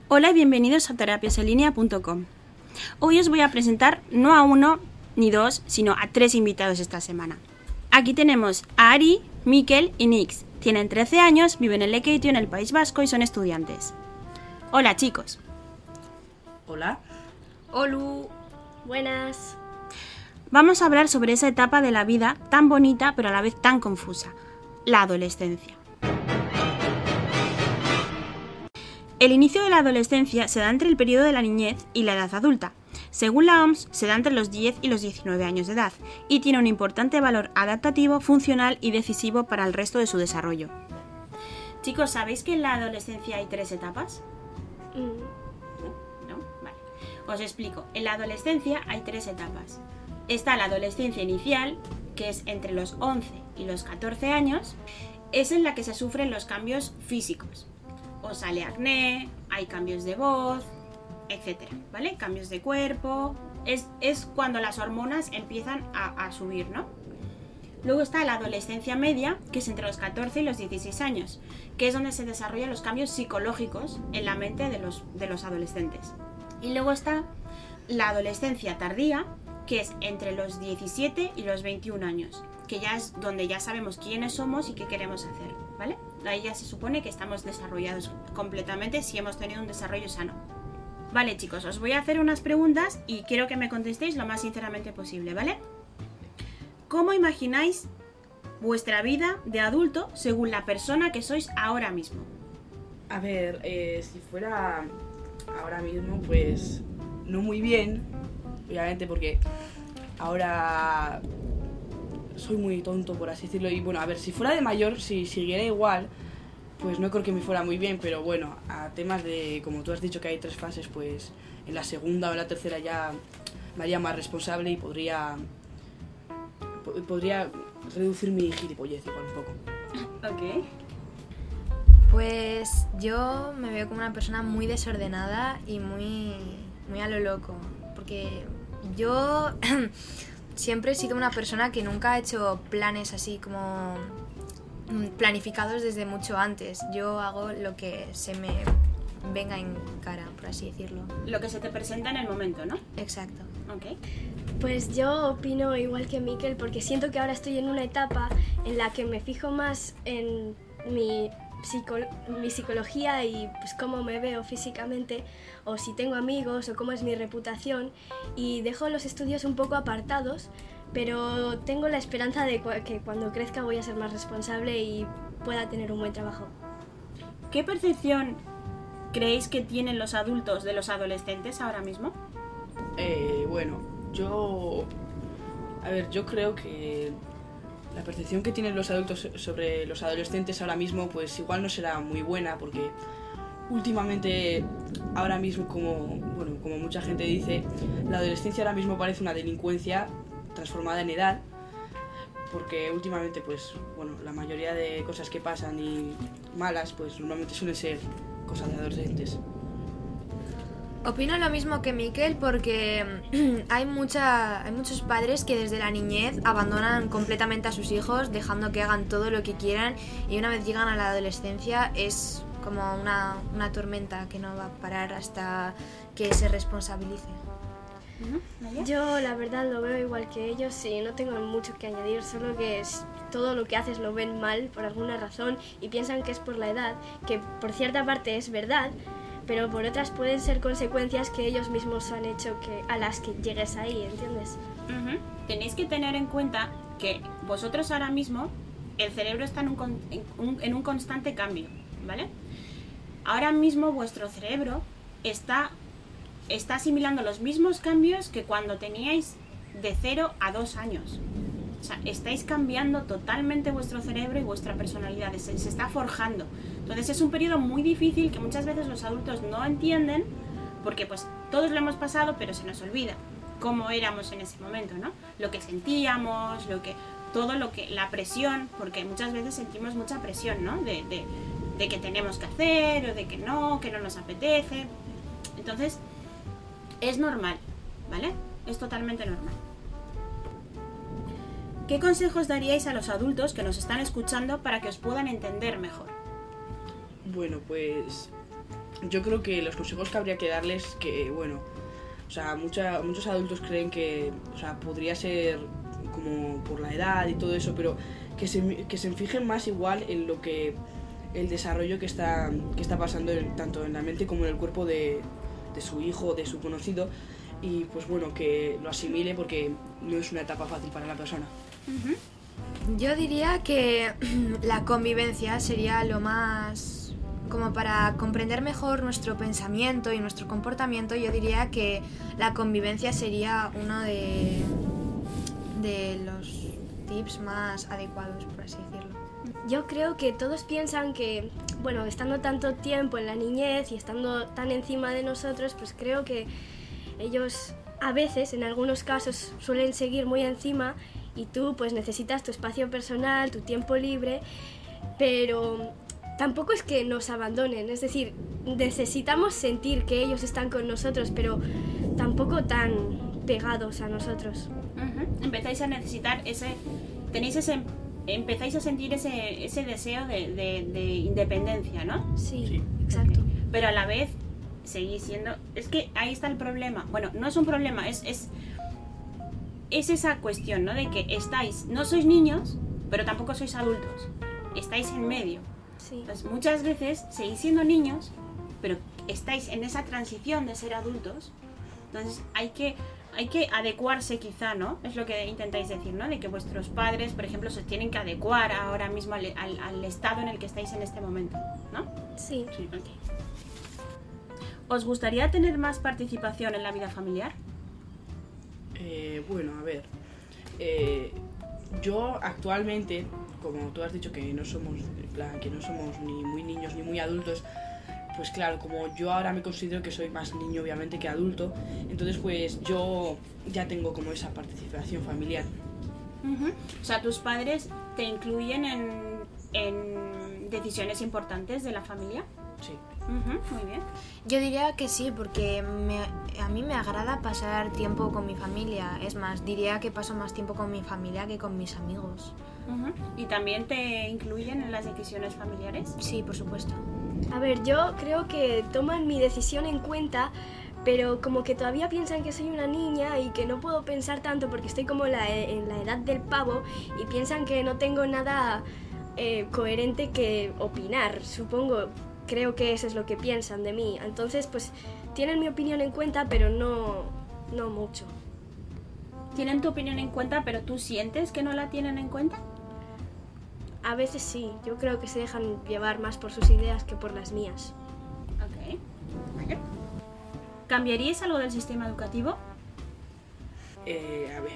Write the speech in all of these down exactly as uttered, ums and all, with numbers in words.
Hola y bienvenidos a terapias en línea punto com. Hoy os voy a presentar no a uno ni dos, sino a tres invitados esta semana. Aquí tenemos a Ari, Mikel y Nix. Tienen trece años, viven en Lekeitio, en el País Vasco, y son estudiantes. Hola, chicos. Hola. Olu. Buenas. Vamos a hablar sobre esa etapa de la vida tan bonita pero a la vez tan confusa, la adolescencia. El inicio de la adolescencia se da entre el periodo de la niñez y la edad adulta. Según la O M S, se da entre los diez y los diecinueve años de edad y tiene un importante valor adaptativo, funcional y decisivo para el resto de su desarrollo. Chicos, ¿sabéis que en la adolescencia hay tres etapas? Mm. ¿No? Vale. Os explico. En la adolescencia hay tres etapas. Está la adolescencia inicial, que es entre los once y los catorce años. Es en la que se sufren los cambios físicos. Os sale acné, hay cambios de voz, etcétera, ¿vale? Cambios de cuerpo. Es, es cuando las hormonas empiezan a, a subir, ¿no? Luego está la adolescencia media, que es entre los catorce y los dieciséis años, que es donde se desarrollan los cambios psicológicos en la mente de los, de los adolescentes. Y luego está la adolescencia tardía, que es entre los diecisiete y los veintiún años, que ya es donde ya sabemos quiénes somos y qué queremos hacer, ¿vale? Ahí ya se supone que estamos desarrollados completamente si hemos tenido un desarrollo sano. Vale, chicos, os voy a hacer unas preguntas y quiero que me contestéis lo más sinceramente posible, ¿vale? ¿Cómo imagináis vuestra vida de adulto según la persona que sois ahora mismo? A ver, eh, si fuera ahora mismo, pues no muy bien, obviamente, porque ahora soy muy tonto, por así decirlo. Y bueno, a ver, si fuera de mayor, si siguiera igual, pues no creo que me fuera muy bien, pero bueno, a temas de, como tú has dicho que hay tres fases, pues en la segunda o en la tercera ya me haría más responsable y podría podría reducir mi gilipollez igual un poco. Ok. Pues yo me veo como una persona muy desordenada y muy, muy a lo loco, porque yo siempre he sido una persona que nunca ha hecho planes así como planificados desde mucho antes. Yo hago lo que se me venga en cara, por así decirlo. Lo que se te presenta en el momento, ¿no? Exacto. Ok. Pues yo opino igual que Mikel, porque siento que ahora estoy en una etapa en la que me fijo más en mi, psico- mi psicología y pues cómo me veo físicamente, o si tengo amigos, o cómo es mi reputación, y dejo los estudios un poco apartados, pero tengo la esperanza de que cuando crezca voy a ser más responsable y pueda tener un buen trabajo. ¿Qué percepción creéis que tienen los adultos de los adolescentes ahora mismo? Eh, bueno, yo... A ver, yo creo que la percepción que tienen los adultos sobre los adolescentes ahora mismo, pues igual no será muy buena, porque últimamente, ahora mismo, como, bueno, como mucha gente dice, la adolescencia ahora mismo parece una delincuencia transformada en edad, porque últimamente, pues, bueno, la mayoría de cosas que pasan y malas, pues normalmente suelen ser cosas de adolescentes. Opino lo mismo que Mikel, porque hay, mucha, hay muchos padres que desde la niñez abandonan completamente a sus hijos, dejando que hagan todo lo que quieran, y una vez llegan a la adolescencia es como una, una tormenta que no va a parar hasta que se responsabilice. Yo la verdad lo veo igual que ellos y no tengo mucho que añadir, solo que es, todo lo que haces lo ven mal por alguna razón y piensan que es por la edad, que por cierta parte es verdad, pero por otras pueden ser consecuencias que ellos mismos han hecho que, a las que llegues ahí, ¿entiendes? Uh-huh. Tenéis que tener en cuenta que vosotros ahora mismo el cerebro está en un, con, en, un, en un constante cambio, ¿vale? Ahora mismo vuestro cerebro está, está asimilando los mismos cambios que cuando teníais de cero a dos años. O sea, estáis cambiando totalmente vuestro cerebro y vuestra personalidad, se, se está forjando. Entonces es un periodo muy difícil que muchas veces los adultos no entienden, porque pues todos lo hemos pasado, pero se nos olvida cómo éramos en ese momento, ¿no? Lo que sentíamos, lo que, todo lo que, la presión, porque muchas veces sentimos mucha presión, ¿no? De, de, de que tenemos que hacer, o de que no, que no nos apetece. Entonces, es normal, ¿vale? Es totalmente normal. ¿Qué consejos daríais a los adultos que nos están escuchando para que os puedan entender mejor? Bueno, pues yo creo que los consejos que habría que darles, que bueno, o sea, mucha, muchos adultos creen que, o sea, podría ser como por la edad y todo eso, pero que se, que se fijen más igual en lo que el desarrollo que está, que está pasando en, tanto en la mente como en el cuerpo de, de su hijo, de su conocido, y pues bueno, que lo asimile porque no es una etapa fácil para la persona. Uh-huh. Yo diría que la convivencia sería lo más... como para comprender mejor nuestro pensamiento y nuestro comportamiento, yo diría que la convivencia sería uno de, de los tips más adecuados, por así decirlo. Yo creo que todos piensan que, bueno, estando tanto tiempo en la niñez y estando tan encima de nosotros, pues creo que ellos a veces, en algunos casos, suelen seguir muy encima y tú pues necesitas tu espacio personal, tu tiempo libre, pero tampoco es que nos abandonen, es decir, necesitamos sentir que ellos están con nosotros, pero tampoco tan pegados a nosotros. Uh-huh. Empezáis a necesitar ese, tenéis ese, empezáis a sentir ese, ese deseo de, de, de independencia, ¿no? Sí, Sí. exacto. Pero a la vez seguís siendo, es que ahí está el problema. Bueno, no es un problema, es, es, es esa cuestión, ¿no? De que estáis, no sois niños, pero tampoco sois adultos, estáis en medio. Sí. Pues muchas veces seguís siendo niños, pero estáis en esa transición de ser adultos. Entonces hay que, hay que adecuarse quizá, ¿no? Es lo que intentáis decir, ¿no? De que vuestros padres, por ejemplo, se tienen que adecuar ahora mismo al, al, al estado en el que estáis en este momento, ¿no? Sí. Sí. Ok. ¿Os gustaría tener más participación en la vida familiar? Eh, bueno, a ver, eh, yo actualmente, como tú has dicho que no somos, en plan, que no somos ni muy niños ni muy adultos, pues claro, como yo ahora me considero que soy más niño obviamente que adulto, entonces pues yo ya tengo como esa participación familiar. Uh-huh. O sea, tus padres te incluyen en, en decisiones importantes de la familia. Sí. Uh-huh. Muy bien. Yo diría que sí, porque me, a mí me agrada pasar tiempo con mi familia. Es más, diría que paso más tiempo con mi familia que con mis amigos. Uh-huh. ¿Y también te incluyen en las decisiones familiares? Sí, por supuesto. A ver, yo creo que toman mi decisión en cuenta, pero como que todavía piensan que soy una niña y que no puedo pensar tanto porque estoy como la, en la edad del pavo y piensan que no tengo nada eh, coherente que opinar, supongo. Creo que eso es lo que piensan de mí. Entonces, pues, tienen mi opinión en cuenta, pero no, no mucho. Tienen tu opinión en cuenta, pero ¿tú sientes que no la tienen en cuenta? A veces sí. Yo creo que se dejan llevar más por sus ideas que por las mías. Ok. Vale. ¿Cambiaríais algo del sistema educativo? Eh, a ver,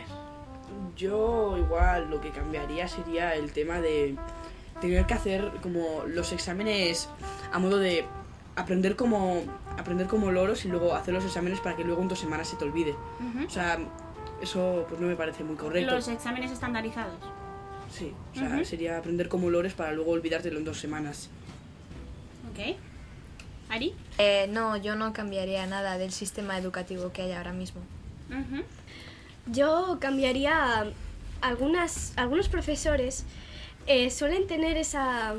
yo igual lo que cambiaría sería el tema de tener que hacer como los exámenes a modo de aprender como aprender como loros y luego hacer los exámenes para que luego en dos semanas se te olvide. Uh-huh. O sea, eso pues no me parece muy correcto. Los exámenes estandarizados. Sí, o sea, Uh-huh. sería aprender como lores para luego olvidártelo en dos semanas. Ok. ¿Ari? Eh, no, yo no cambiaría nada del sistema educativo que hay ahora mismo. Uh-huh. Yo cambiaría algunas, algunos profesores eh, suelen tener esa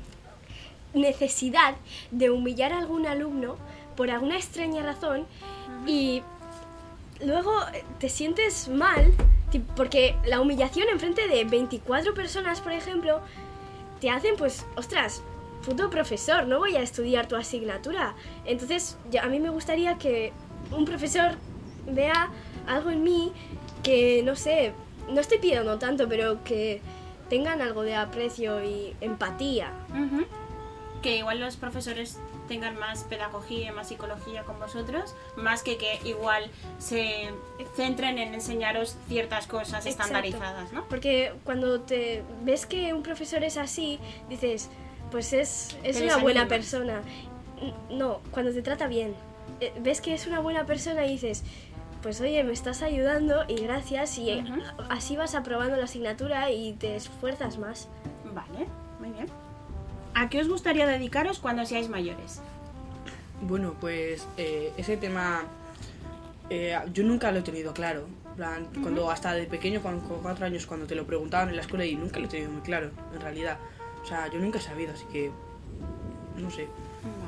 necesidad de humillar a algún alumno por alguna extraña razón uh-huh. y luego te sientes mal porque la humillación enfrente de veinticuatro personas, por ejemplo, te hacen pues, ostras, puto profesor, no voy a estudiar tu asignatura. Entonces, yo, a mí me gustaría que un profesor vea algo en mí que, no sé, no estoy pidiendo tanto, pero que tengan algo de aprecio y empatía. Uh-huh. Que igual los profesores tengan más pedagogía, más psicología con vosotros, más que que igual se centren en enseñaros ciertas cosas Exacto. estandarizadas, ¿no? Porque cuando te ves que un profesor es así, dices, pues es, es una desanima. buena persona. No, cuando te trata bien, ves que es una buena persona y dices, pues oye, me estás ayudando y gracias, y uh-huh. así vas aprobando la asignatura y te esfuerzas más. Vale, muy bien. ¿A qué os gustaría dedicaros cuando seáis mayores? Bueno, pues eh, ese tema eh, yo nunca lo he tenido claro. Plan, uh-huh. Cuando hasta de pequeño, con, con cuatro años, cuando te lo preguntaban en la escuela, y nunca lo he tenido muy claro, en realidad. O sea, yo nunca he sabido, así que no sé. Vale.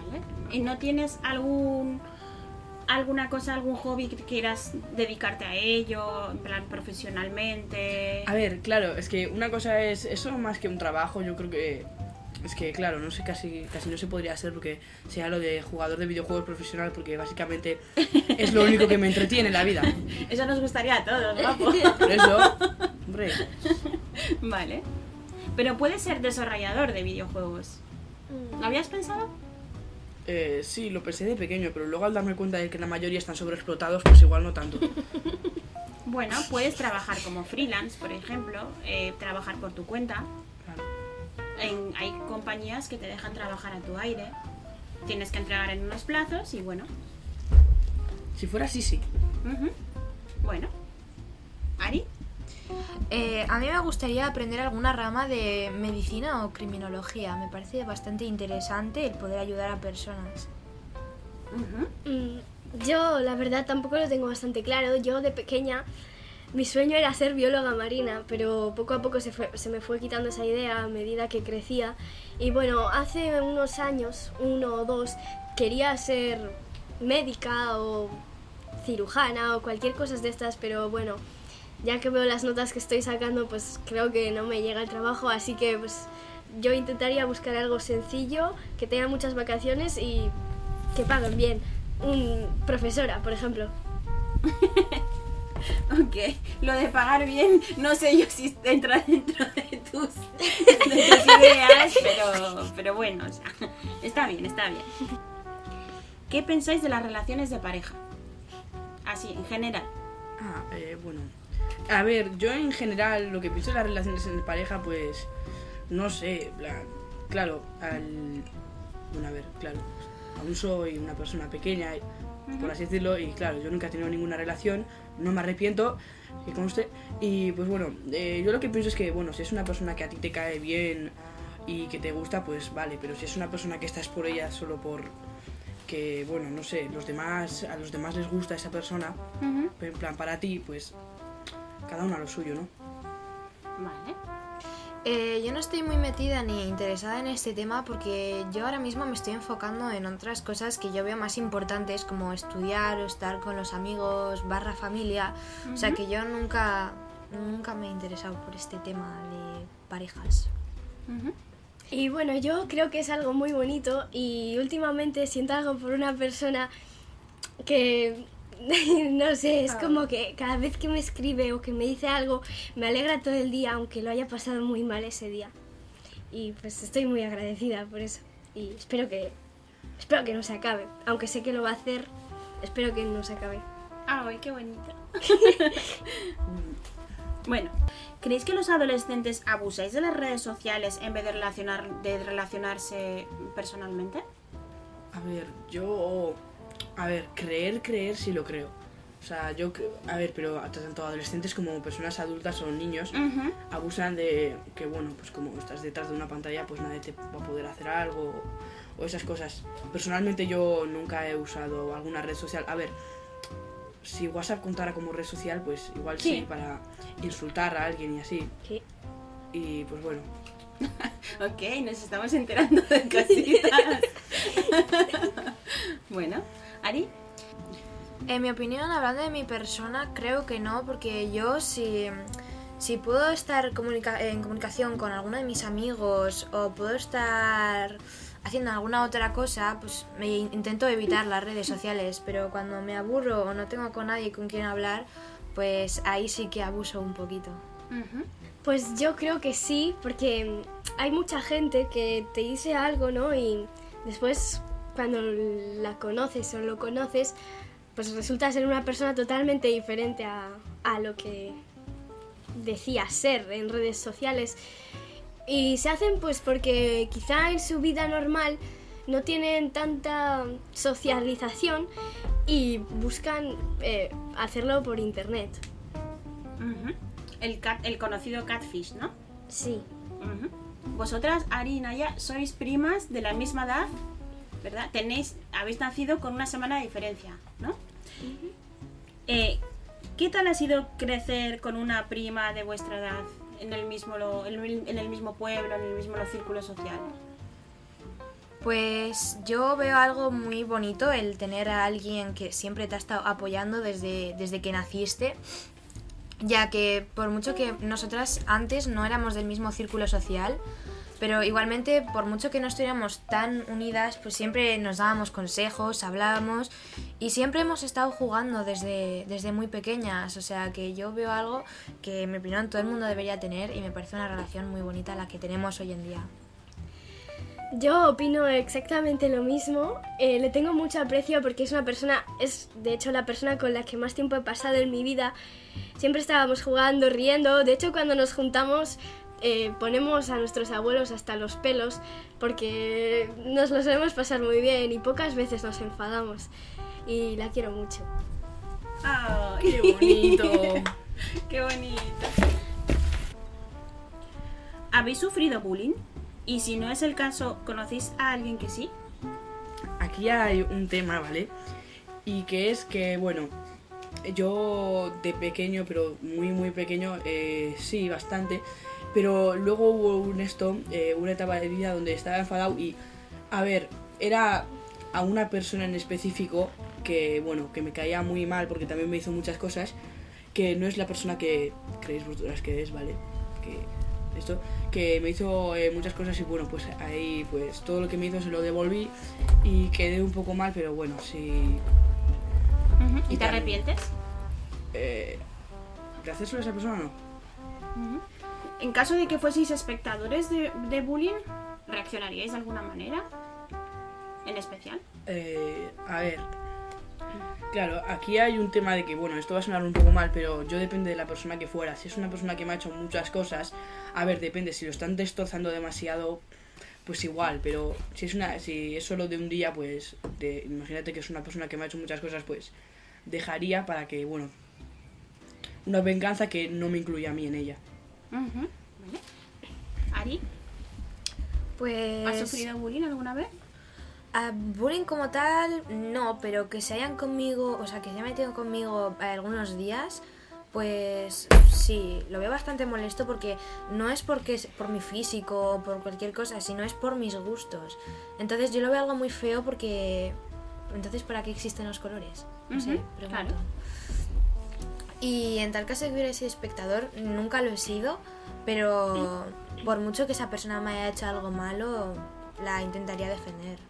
Vale. ¿Y no tienes algún alguna cosa, algún hobby que quieras dedicarte a ello, en plan profesionalmente? A ver, claro, es que una cosa es eso más que un trabajo, yo creo que es que claro, no sé, casi casi no se podría hacer porque sea lo de jugador de videojuegos profesional, porque básicamente es lo único que me entretiene en la vida. Eso nos gustaría a todos, guapo. Por eso, hombre. Vale. Pero puedes ser desarrollador de videojuegos. ¿Lo habías pensado? Eh, sí, lo pensé de pequeño, pero luego al darme cuenta de que la mayoría están sobreexplotados, pues igual no tanto. Bueno, puedes trabajar como freelance, por ejemplo, eh, trabajar por tu cuenta. Claro. En, hay compañías que te dejan trabajar a tu aire. Tienes que entregar en unos plazos y bueno. Si fuera así, sí. Uh-huh. Bueno. ¿Ari? Eh, a mí me gustaría aprender alguna rama de medicina o criminología. Me parece bastante interesante el poder ayudar a personas. Uh-huh. Mm, yo, la verdad, tampoco lo tengo bastante claro. Yo, de pequeña, mi sueño era ser bióloga marina, pero poco a poco se, fue, se me fue quitando esa idea a medida que crecía. Y bueno, hace unos años, uno o dos, quería ser médica o cirujana o cualquier cosa de estas, pero bueno, ya que veo las notas que estoy sacando, pues creo que no me llega el trabajo, así que pues yo intentaría buscar algo sencillo, que tenga muchas vacaciones y que paguen bien. Un profesora, por ejemplo. Ok, lo de pagar bien, no sé yo si entra dentro de tus, de tus ideas, pero, pero bueno, o sea, está bien, está bien. ¿Qué pensáis de las relaciones de pareja? Así, en general. Ah, eh, bueno. A ver, yo en general lo que pienso de las relaciones en pareja, pues, no sé, plan, claro, al... Bueno, a ver, claro, aún soy una persona pequeña, uh-huh. por así decirlo, y claro, yo nunca he tenido ninguna relación, no me arrepiento, que conste, y pues bueno, eh, yo lo que pienso es que, bueno, si es una persona que a ti te cae bien y que te gusta, pues vale, pero si es una persona que estás por ella solo por... que, bueno, no sé, los demás, a los demás les gusta esa persona, uh-huh. en plan, para ti, pues... cada uno a lo suyo, ¿no? Vale. Eh, yo no estoy muy metida ni interesada en este tema porque yo ahora mismo me estoy enfocando en otras cosas que yo veo más importantes, como estudiar o estar con los amigos barra familia. Uh-huh. O sea que yo nunca, nunca me he interesado por este tema de parejas. Uh-huh. Y bueno, yo creo que es algo muy bonito y últimamente siento algo por una persona que... no sé, es como que cada vez que me escribe o que me dice algo me alegra todo el día, aunque lo haya pasado muy mal ese día. Y pues estoy muy agradecida por eso. Y espero que espero que no se acabe. Aunque sé que lo va a hacer, espero que no se acabe. ¡Ay, qué bonito! Bueno, ¿creéis que los adolescentes abusáis de las redes sociales en vez de, relacionar, de relacionarse personalmente? A ver, yo... A ver, creer, creer sí lo creo. O sea, yo... A ver, pero tanto adolescentes como personas adultas o niños uh-huh. abusan de que, bueno, pues como estás detrás de una pantalla, pues nadie te va a poder hacer algo o esas cosas. Personalmente yo nunca he usado alguna red social. A ver, si WhatsApp contara como red social, pues igual sí, sí para insultar a alguien y así. Sí. Y pues bueno. Ok, nos estamos enterando de cositas. Bueno, ¿Ari? En mi opinión, hablando de mi persona, creo que no, porque yo si, si puedo estar comunica- en comunicación con alguno de mis amigos o puedo estar haciendo alguna otra cosa, pues me intento evitar las redes sociales, pero cuando me aburro o no tengo con nadie con quien hablar, pues ahí sí que abuso un poquito. Uh-huh. Pues yo creo que sí, porque hay mucha gente que te dice algo, ¿no? Y después, cuando la conoces o lo conoces, pues resulta ser una persona totalmente diferente a, a lo que decía ser en redes sociales. Y se hacen pues porque quizá en su vida normal no tienen tanta socialización y buscan eh, hacerlo por internet. Uh-huh. El, cat, el conocido catfish, ¿no? Sí. Uh-huh. Vosotras, Ari y Naya, sois primas de la misma edad, ¿verdad? Tenéis, habéis nacido con una semana de diferencia, ¿no? Uh-huh. Eh, ¿Qué tal ha sido crecer con una prima de vuestra edad en el mismo, lo, en el mismo pueblo, en el mismo círculo social? Pues yo veo algo muy bonito, el tener a alguien que siempre te ha estado apoyando desde, desde que naciste, ya que por mucho que nosotras antes no éramos del mismo círculo social, pero igualmente por mucho que no estuviéramos tan unidas, pues siempre nos dábamos consejos, hablábamos y siempre hemos estado jugando desde, desde muy pequeñas, o sea que yo veo algo que en mi opinión todo el mundo debería tener y me parece una relación muy bonita la que tenemos hoy en día. Yo opino exactamente lo mismo, eh, le tengo mucho aprecio porque es una persona, es de hecho la persona con la que más tiempo he pasado en mi vida. Siempre estábamos jugando, riendo, de hecho cuando nos juntamos eh, ponemos a nuestros abuelos hasta los pelos porque nos lo solemos pasar muy bien y pocas veces nos enfadamos y la quiero mucho. ¡Ay! ¡Qué bonito! ¡Qué bonito! ¿Habéis sufrido bullying? Y si no es el caso, ¿conocéis a alguien que sí? Aquí hay un tema, ¿vale? Y que es que, bueno, yo de pequeño, pero muy muy pequeño, eh, sí, bastante, pero luego hubo un esto, eh, una etapa de vida donde estaba enfadado y, a ver, era a una persona en específico que, bueno, que me caía muy mal porque también me hizo muchas cosas, que no es la persona que creéis vosotras que es, ¿vale? Que esto, que me hizo eh, muchas cosas y bueno, pues ahí pues todo lo que me hizo se lo devolví y quedé un poco mal, pero bueno, sí. Uh-huh. ¿Y, ¿Y te también, arrepientes? Eh, ¿De hacérselo a esa persona o no? Uh-huh. En caso de que fueseis espectadores de, de bullying, ¿reaccionaríais de alguna manera? ¿En especial? Eh, a ver, claro, aquí hay un tema de que, bueno, esto va a sonar un poco mal, pero yo depende de la persona que fuera. Si es una persona que me ha hecho muchas cosas, a ver, depende, si lo están destrozando demasiado, pues igual, pero si es una, si es solo de un día, pues, de, imagínate que es una persona que me ha hecho muchas cosas, pues, dejaría para que, bueno, una venganza que no me incluya a mí en ella. Uh-huh. Vale. ¿Ari? Pues... ¿Has sufrido bullying alguna vez? Uh, bullying como tal, no, pero que se hayan conmigo, o sea, que se hayan metido conmigo algunos días, pues sí, lo veo bastante molesto porque no es porque es por mi físico o por cualquier cosa, sino es por mis gustos. Entonces yo lo veo algo muy feo porque... Entonces, ¿para qué existen los colores? No uh-huh, sé, pregunto. Claro. Y en tal caso de que hubiera sido espectador, nunca lo he sido, pero por mucho que esa persona me haya hecho algo malo, la intentaría defender.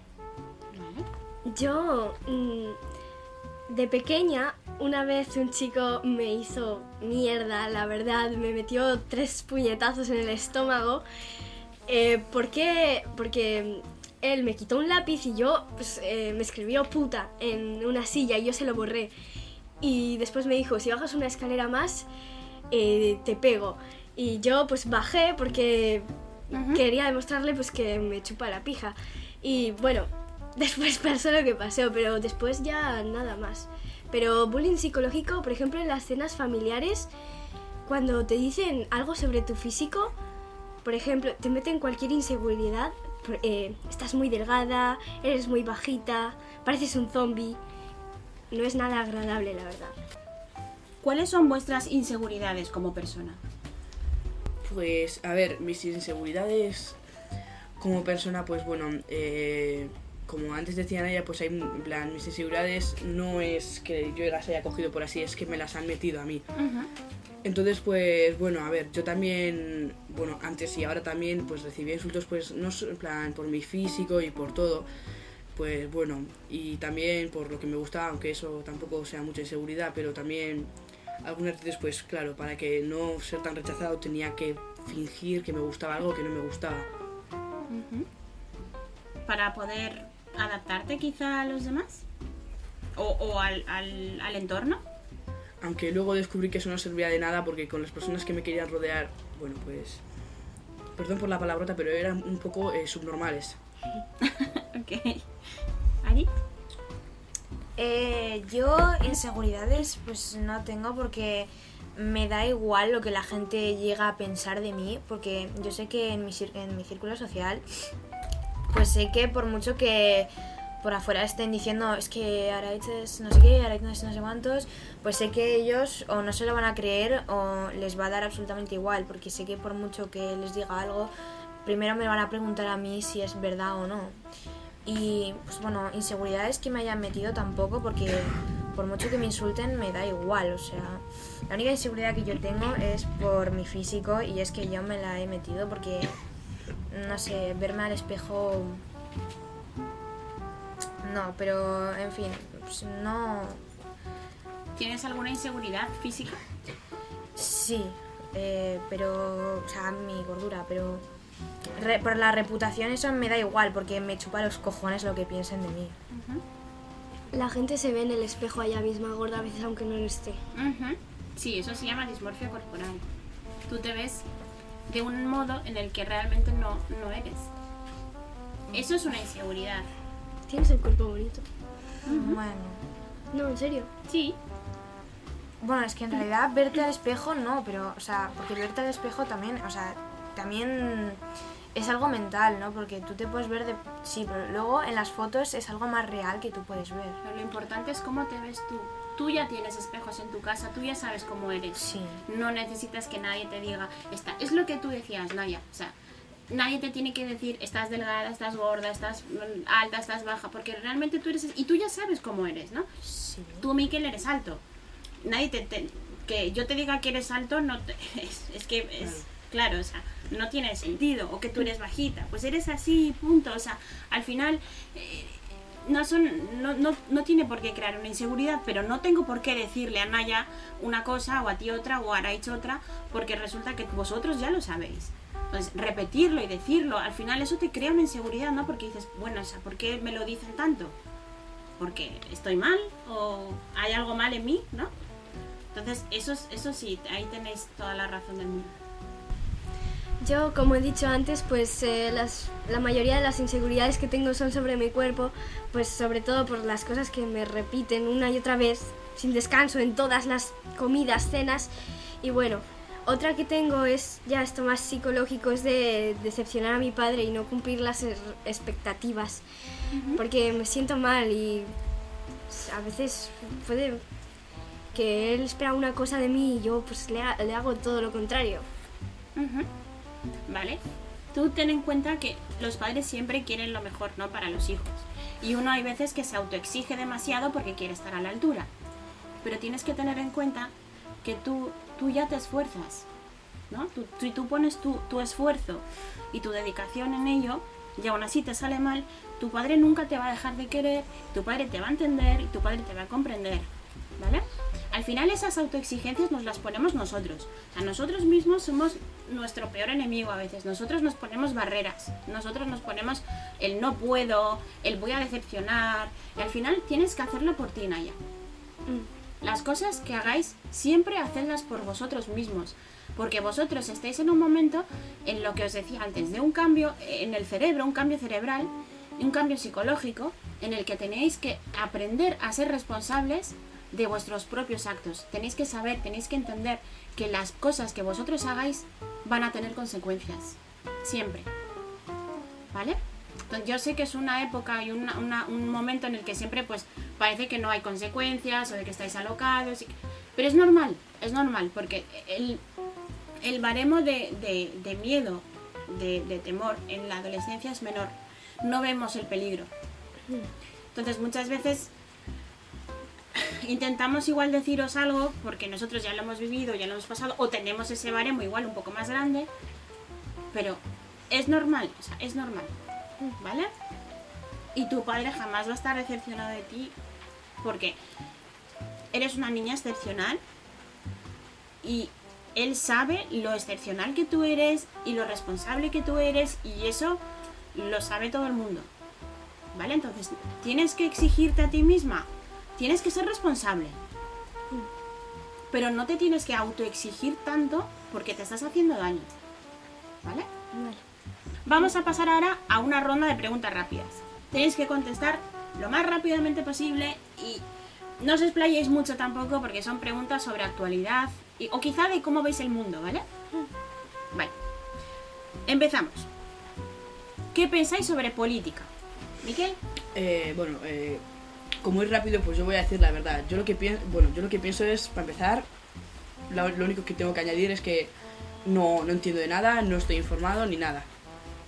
Yo, mmm, de pequeña, una vez un chico me hizo mierda, la verdad, me metió tres puñetazos en el estómago. Eh, ¿Por qué? Porque él me quitó un lápiz y yo, pues, eh, me escribió puta en una silla y yo se lo borré. Y después me dijo, si bajas una escalera más, eh, te pego. Y yo, pues, bajé porque uh-huh. quería demostrarle, pues, que me chupa la pija. Y, bueno... Después pasó lo que pasó, pero después ya nada más. Pero bullying psicológico, por ejemplo, en las cenas familiares, cuando te dicen algo sobre tu físico, por ejemplo, te meten cualquier inseguridad, eh, estás muy delgada, eres muy bajita, pareces un zombie, no es nada agradable, la verdad. ¿Cuáles son vuestras inseguridades como persona? Pues, a ver, mis inseguridades como persona, pues bueno, eh... como antes decían ella, pues hay, en plan, mis inseguridades no es que yo las haya cogido por así, es que me las han metido a mí. Uh-huh. Entonces, pues, bueno, a ver, yo también, bueno, antes y ahora también, pues recibía insultos, pues, no en plan, por mi físico y por todo, pues, bueno, y también por lo que me gustaba, aunque eso tampoco sea mucha inseguridad, pero también algunas veces, pues, claro, para que no ser tan rechazado tenía que fingir que me gustaba algo que no me gustaba. Uh-huh. Para poder adaptarte quizá a los demás o, o al, al, al entorno. Aunque luego descubrí que eso no servía de nada porque con las personas que me querían rodear, bueno, pues perdón por la palabrota, pero eran un poco eh, subnormales. Ok. ¿Ari? Eh, yo inseguridades pues no tengo porque me da igual lo que la gente llega a pensar de mí, porque yo sé que en mi, en mi círculo social pues sé que por mucho que por afuera estén diciendo es que Araiz es no sé qué, Araiz no es no sé cuántos, pues sé que ellos o no se lo van a creer o les va a dar absolutamente igual, porque sé que por mucho que les diga algo, primero me van a preguntar a mí si es verdad o no. Y pues bueno, inseguridades que me hayan metido tampoco, porque por mucho que me insulten me da igual, o sea, la única inseguridad que yo tengo es por mi físico, y es que yo me la he metido porque, no sé, verme al espejo... No, pero en fin, pues no... ¿Tienes alguna inseguridad física? Sí, eh, pero, o sea, mi gordura, pero re, por la reputación eso me da igual, porque me chupa los cojones lo que piensen de mí. Uh-huh. La gente se ve en el espejo allá misma gorda a veces aunque no lo esté. Uh-huh. Sí, eso se llama dismorfia corporal. Tú te ves de un modo en el que realmente no, no eres. Eso es una inseguridad. Tienes el cuerpo bonito. Uh-huh. Bueno. No, en serio. Sí. Bueno, es que en realidad verte al espejo no, pero, o sea, porque verte al espejo también, o sea, también es algo mental, ¿no? Porque tú te puedes ver de... Sí, pero luego en las fotos es algo más real que tú puedes ver. Pero lo importante es cómo te ves tú. Tú ya tienes espejos en tu casa, tú ya sabes cómo eres. Sí. No necesitas que nadie te diga... Esta... Es lo que tú decías, Naya. O sea, nadie te tiene que decir estás delgada, estás gorda, estás alta, estás baja, porque realmente tú eres... Y tú ya sabes cómo eres, ¿no? Sí. Tú, Miquel, eres alto. Nadie te, te, que yo te diga que eres alto no te, es, es que es claro, o sea, no tiene sentido, o que tú eres bajita, pues eres así, punto, o sea, al final eh, no son no, no, no tiene por qué crear una inseguridad, pero no tengo por qué decirle a Naya una cosa o a ti otra o a Araich otra, porque resulta que vosotros ya lo sabéis. Entonces, repetirlo y decirlo, al final eso te crea una inseguridad, ¿no? Porque dices, bueno, o sea, ¿por qué me lo dicen tanto? ¿Porque estoy mal? ¿O hay algo mal en mí? ¿No? Entonces, eso, eso sí, ahí tenéis toda la razón del mundo. Yo, como he dicho antes, pues eh, las, la mayoría de las inseguridades que tengo son sobre mi cuerpo, pues sobre todo por las cosas que me repiten una y otra vez, sin descanso, en todas las comidas, cenas. Y bueno, otra que tengo es ya esto más psicológico, es de decepcionar a mi padre y no cumplir las expectativas, uh-huh. Porque me siento mal y a veces puede... que él espera una cosa de mí y yo pues le, ha, le hago todo lo contrario. Uh-huh. Vale. Tú ten en cuenta que los padres siempre quieren lo mejor, ¿no? Para los hijos. Y uno hay veces que se autoexige demasiado porque quiere estar a la altura. Pero tienes que tener en cuenta que tú, tú ya te esfuerzas, ¿no? Tú, si tú pones tu, tu esfuerzo y tu dedicación en ello, y aún así te sale mal, tu padre nunca te va a dejar de querer, tu padre te va a entender y tu padre te va a comprender, ¿vale? Al final esas autoexigencias nos las ponemos nosotros. O sea, nosotros mismos somos nuestro peor enemigo a veces. Nosotros nos ponemos barreras. Nosotros nos ponemos el no puedo, el voy a decepcionar. Y al final tienes que hacerlo por ti, Naya. Mm. Las cosas que hagáis, siempre hacedlas por vosotros mismos. Porque vosotros estáis en un momento, en lo que os decía antes, de un cambio en el cerebro, un cambio cerebral, un cambio psicológico, en el que tenéis que aprender a ser responsables de vuestros propios actos. Tenéis que saber, tenéis que entender que las cosas que vosotros hagáis van a tener consecuencias. Siempre. ¿Vale? Entonces, yo sé que es una época y una, una, un momento en el que siempre pues parece que no hay consecuencias o de que estáis alocados. Y... Pero es normal, es normal, porque el, el baremo de, de, de miedo, de, de temor en la adolescencia es menor. No vemos el peligro. Entonces, muchas veces intentamos igual deciros algo porque nosotros ya lo hemos vivido, ya lo hemos pasado, o tenemos ese baremo igual un poco más grande, pero es normal, o sea, es normal, ¿vale? Y tu padre jamás va a estar decepcionado de ti porque eres una niña excepcional y él sabe lo excepcional que tú eres y lo responsable que tú eres, y eso lo sabe todo el mundo, ¿vale? Entonces, tienes que exigirte a ti misma. Tienes que ser responsable, pero no te tienes que autoexigir tanto porque te estás haciendo daño, ¿vale? Vale. Vamos a pasar ahora a una ronda de preguntas rápidas. Tenéis que contestar lo más rápidamente posible y no os explayéis mucho tampoco porque son preguntas sobre actualidad y, o quizá de cómo veis el mundo, ¿vale? Vale. Empezamos. ¿Qué pensáis sobre política? ¿Miquel? Eh, bueno, eh... como muy rápido, pues yo voy a decir la verdad. Yo lo que pienso, bueno, yo lo que pienso es, para empezar, lo, lo único que tengo que añadir es que no, no entiendo de nada, no estoy informado ni nada.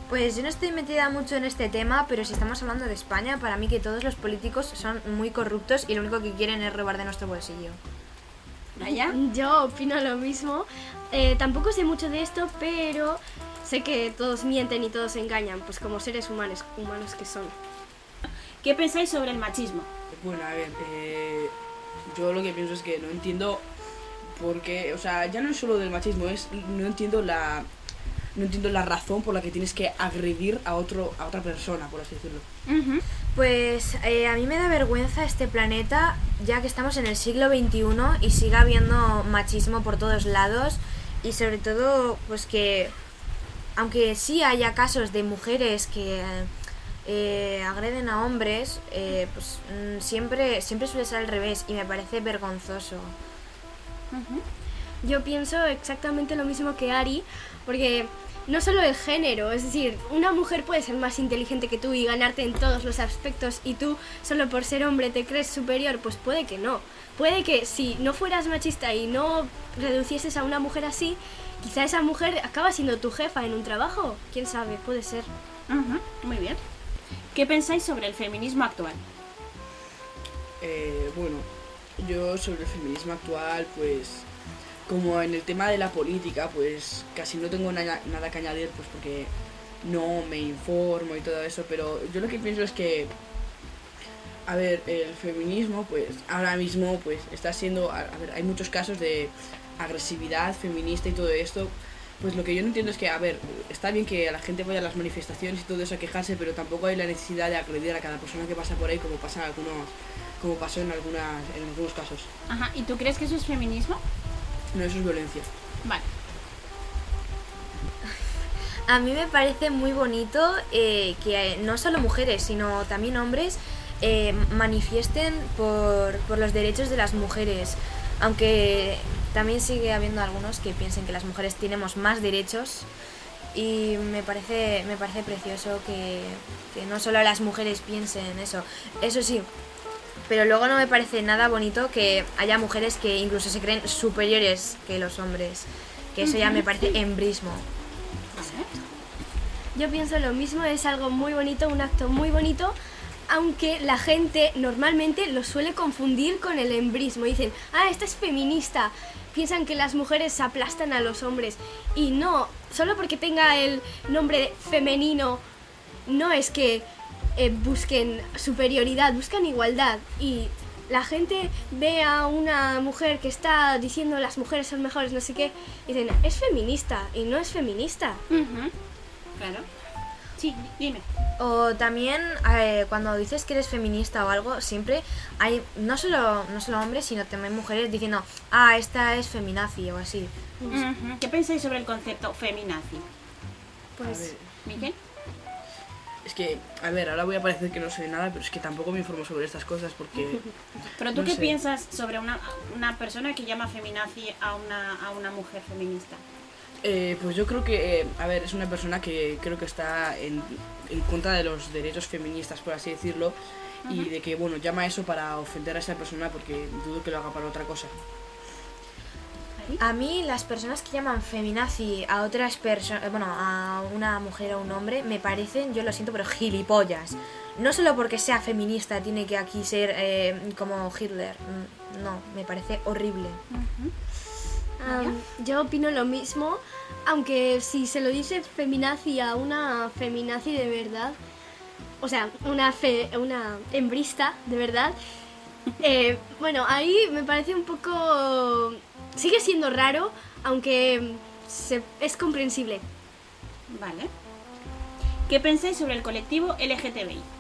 Pues yo no estoy metida mucho en este tema, pero si estamos hablando de España, para mí que todos los políticos son muy corruptos y lo único que quieren es robar de nuestro bolsillo. ¿Allá? Yo opino lo mismo. Eh, tampoco sé mucho de esto, pero sé que todos mienten y todos engañan, pues como seres humanos, humanos que son. ¿Qué pensáis sobre el machismo? Bueno, a ver, eh, yo lo que pienso es que no entiendo por qué, o sea, ya no es solo del machismo, es no entiendo la no entiendo la razón por la que tienes que agredir a otro a otra persona, por así decirlo. Uh-huh. Pues eh, a mí me da vergüenza este planeta, ya que estamos en el siglo veintiuno y sigue habiendo machismo por todos lados y sobre todo, pues que aunque sí haya casos de mujeres que eh, agreden a hombres, eh, pues mm, siempre siempre suele ser al revés y me parece vergonzoso. Uh-huh. Yo pienso exactamente lo mismo que Ari, porque no solo el género, es decir, una mujer puede ser más inteligente que tú y ganarte en todos los aspectos y tú solo por ser hombre te crees superior, pues puede que no. Puede que si no fueras machista y no reducieses a una mujer así, quizá esa mujer acaba siendo tu jefa en un trabajo, quién sabe, puede ser. Uh-huh. Muy bien. ¿Qué pensáis sobre el feminismo actual? Eh, bueno, yo sobre el feminismo actual, pues como en el tema de la política, pues casi no tengo na- nada que añadir, pues porque no me informo y todo eso, pero yo lo que pienso es que, a ver, el feminismo, pues ahora mismo, pues está siendo, a, a ver, hay muchos casos de agresividad feminista y todo esto, pues lo que yo no entiendo es que, a ver, está bien que la gente vaya a las manifestaciones y todo eso a quejarse, pero tampoco hay la necesidad de agredir a cada persona que pasa por ahí, como pasa en algunos, como pasó en algunas, en algunos casos. Ajá. ¿Y tú crees que eso es feminismo? No, eso es violencia. Vale. A mí me parece muy bonito eh, que no solo mujeres, sino también hombres eh, manifiesten por, por los derechos de las mujeres, aunque también sigue habiendo algunos que piensen que las mujeres tenemos más derechos y me parece, me parece precioso que, que no solo las mujeres piensen eso. Eso sí, pero luego no me parece nada bonito que haya mujeres que incluso se creen superiores que los hombres, que eso ya me parece embrismo. Yo pienso lo mismo, es algo muy bonito, un acto muy bonito, aunque la gente normalmente lo suele confundir con el embrismo. Dicen, ah, esta es feminista. Piensan que las mujeres aplastan a los hombres. Y no, solo porque tenga el nombre femenino, no es que eh, busquen superioridad, buscan igualdad. Y la gente ve a una mujer que está diciendo las mujeres son mejores, no sé qué, y dicen, es feminista, y no es feminista. Uh-huh. Claro. Sí, dime. O también eh, cuando dices que eres feminista o algo, siempre hay no solo no solo hombres, sino también mujeres diciendo, ah, esta es feminazi o así. Uh-huh. ¿Qué pensáis sobre el concepto feminazi? Pues, A ver, ¿Miguel? es que, a ver, ahora voy a parecer que no sé nada, pero es que tampoco me informo sobre estas cosas porque... ¿Pero tú no qué sé. piensas sobre una, una persona que llama feminazi a una, a una mujer feminista? Eh, pues yo creo que, eh, a ver, es una persona que creo que está en, en contra de los derechos feministas, por así decirlo, uh-huh. Y de que, bueno, llama eso para ofender a esa persona porque dudo que lo haga para otra cosa. A mí las personas que llaman feminazi a otras personas, bueno, a una mujer o un hombre, me parecen, yo lo siento, pero gilipollas. No solo porque sea feminista tiene que aquí ser eh, como Hitler, no, me parece horrible. Uh-huh. Um, yo opino lo mismo, aunque si se lo dice feminazi a una feminazi de verdad, o sea, una fe, una hembrista de verdad, eh, bueno, ahí me parece un poco... Sigue siendo raro, aunque se, es comprensible. Vale. ¿Qué pensáis sobre el colectivo L G T B I?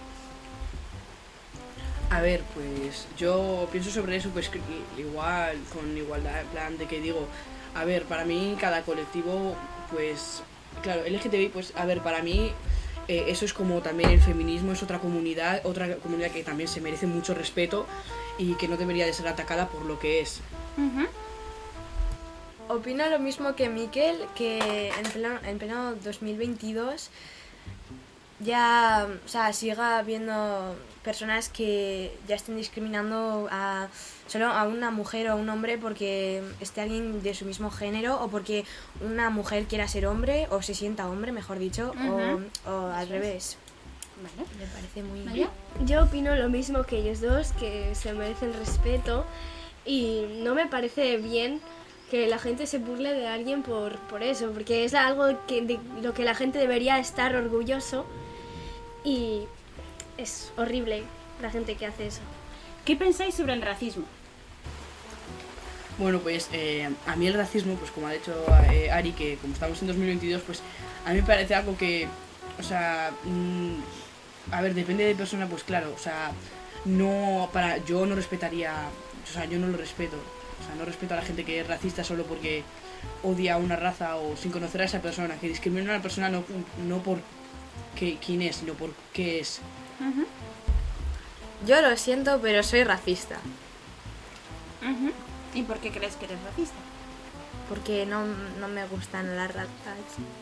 A ver, pues yo pienso sobre eso pues igual, con igualdad, en plan de que digo, a ver, para mí cada colectivo, pues, claro, L G T B I, pues, a ver, para mí eh, eso es como también el feminismo, es otra comunidad, otra comunidad que también se merece mucho respeto y que no debería de ser atacada por lo que es. Uh-huh. Opino lo mismo que Miquel, que en pleno, en pleno dos mil veintidós ya, o sea, siga habiendo personas que ya estén discriminando a solo a una mujer o a un hombre porque esté alguien de su mismo género o porque una mujer quiera ser hombre o se sienta hombre, mejor dicho, Ujú. o, o al revés. Vale. Me parece muy... María. Yo opino lo mismo que ellos dos, que se merecen respeto y no me parece bien que la gente se burle de alguien por, por eso, porque es algo que, de lo que la gente debería estar orgulloso y es horrible la gente que hace eso. ¿Qué pensáis sobre el racismo? Bueno, pues eh, a mí el racismo, pues como ha dicho eh, Ari, que como estamos en dos mil veintidós, pues a mí me parece algo que, o sea, mm, a ver, depende de persona, pues claro, o sea, no, para, yo no respetaría, o sea, yo no lo respeto, o sea, no respeto a la gente que es racista solo porque odia a una raza o sin conocer a esa persona, que discrimina a una persona no, no por qué, quién es, sino por qué es. Ujú. Yo lo siento, pero soy racista. Ujú. ¿Y por qué crees que eres racista? Porque no, no me gustan las razas.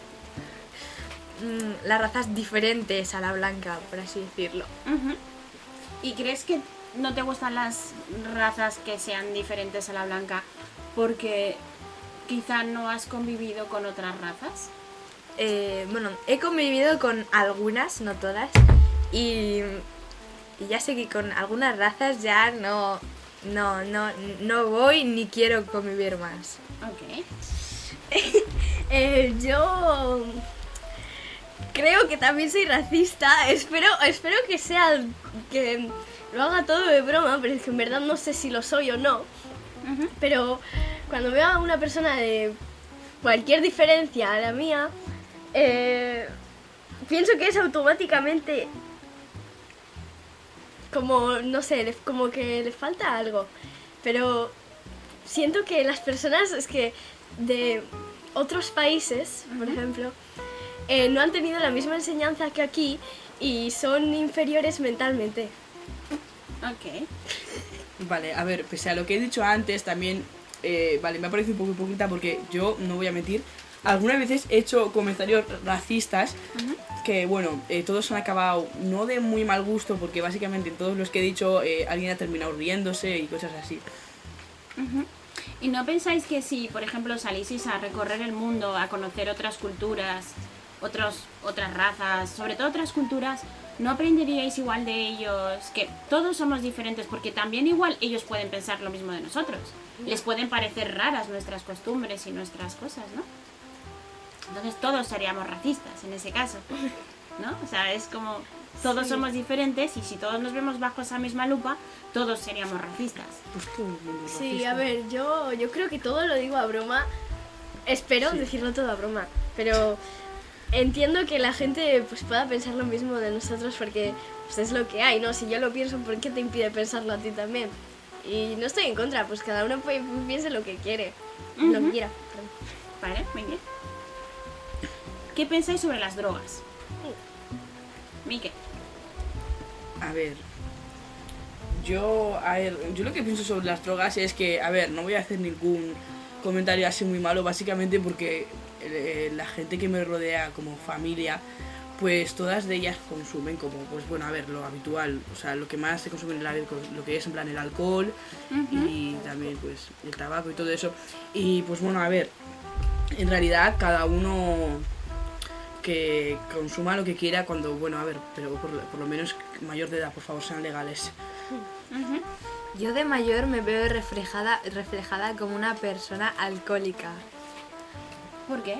Mm, las razas diferentes a la blanca, por así decirlo. Ujú. ¿Y crees que no te gustan las razas que sean diferentes a la blanca porque quizá no has convivido con otras razas? Eh, bueno, he convivido con algunas, no todas, y, y ya sé que con algunas razas ya no, no, no, no voy ni quiero convivir más. Ok. Eh, yo creo que también soy racista. Espero, espero que sea que lo haga todo de broma, pero es que en verdad no sé si lo soy o no. Ujú. Pero cuando veo a una persona de cualquier diferencia a la mía, eh, pienso que es automáticamente como, no sé, le- como que le falta algo. Pero siento que las personas, es que de otros países, por ejemplo, eh, no han tenido la misma enseñanza que aquí y son inferiores mentalmente. Ok. Vale, a ver, pese a lo que he dicho antes, también, eh, vale, me ha parecido un poco hipócrita porque yo, no voy a mentir, algunas veces he hecho comentarios racistas Ujú. que, bueno, eh, todos han acabado no de muy mal gusto porque básicamente en todos los que he dicho eh, alguien ha terminado riéndose y cosas así. Ujú. ¿Y no pensáis que si, por ejemplo, salieseis a recorrer el mundo, a conocer otras culturas, otros, otras razas, sobre todo otras culturas, no aprenderíais igual de ellos? Que todos somos diferentes, porque también igual ellos pueden pensar lo mismo de nosotros. Les pueden parecer raras nuestras costumbres y nuestras cosas, ¿no? Entonces todos seríamos racistas en ese caso, ¿no? O sea, es como todos Sí. somos diferentes y si todos nos vemos bajo esa misma lupa, todos seríamos racistas. Pues todo el mundo es Sí, racista. a ver, yo, yo creo que todo lo digo a broma. Espero Sí. decirlo todo a broma, pero entiendo que la gente pues pueda pensar lo mismo de nosotros porque pues, es lo que hay, ¿no? Si yo lo pienso, ¿por qué te impide pensarlo a ti también? Y no estoy en contra, pues cada uno puede, piense lo que quiere, lo Ujú. que quiera. perdón. Vale, muy bien. ¿Qué pensáis sobre las drogas? Mike. A ver, yo, a ver, yo lo que pienso sobre las drogas es que, a ver, no voy a hacer ningún comentario así muy malo, básicamente porque eh, la gente que me rodea como familia, pues todas de ellas consumen como, pues bueno, a ver, lo habitual, o sea, lo que más se consume en el alcohol, lo que es en plan el alcohol y también pues el tabaco y todo eso. Y pues bueno, a ver, en realidad cada uno que consuma lo que quiera cuando, bueno, a ver, pero por, por lo menos mayor de edad, por favor, sean legales. Ujú. Yo de mayor me veo reflejada, reflejada como una persona alcohólica. ¿Por qué?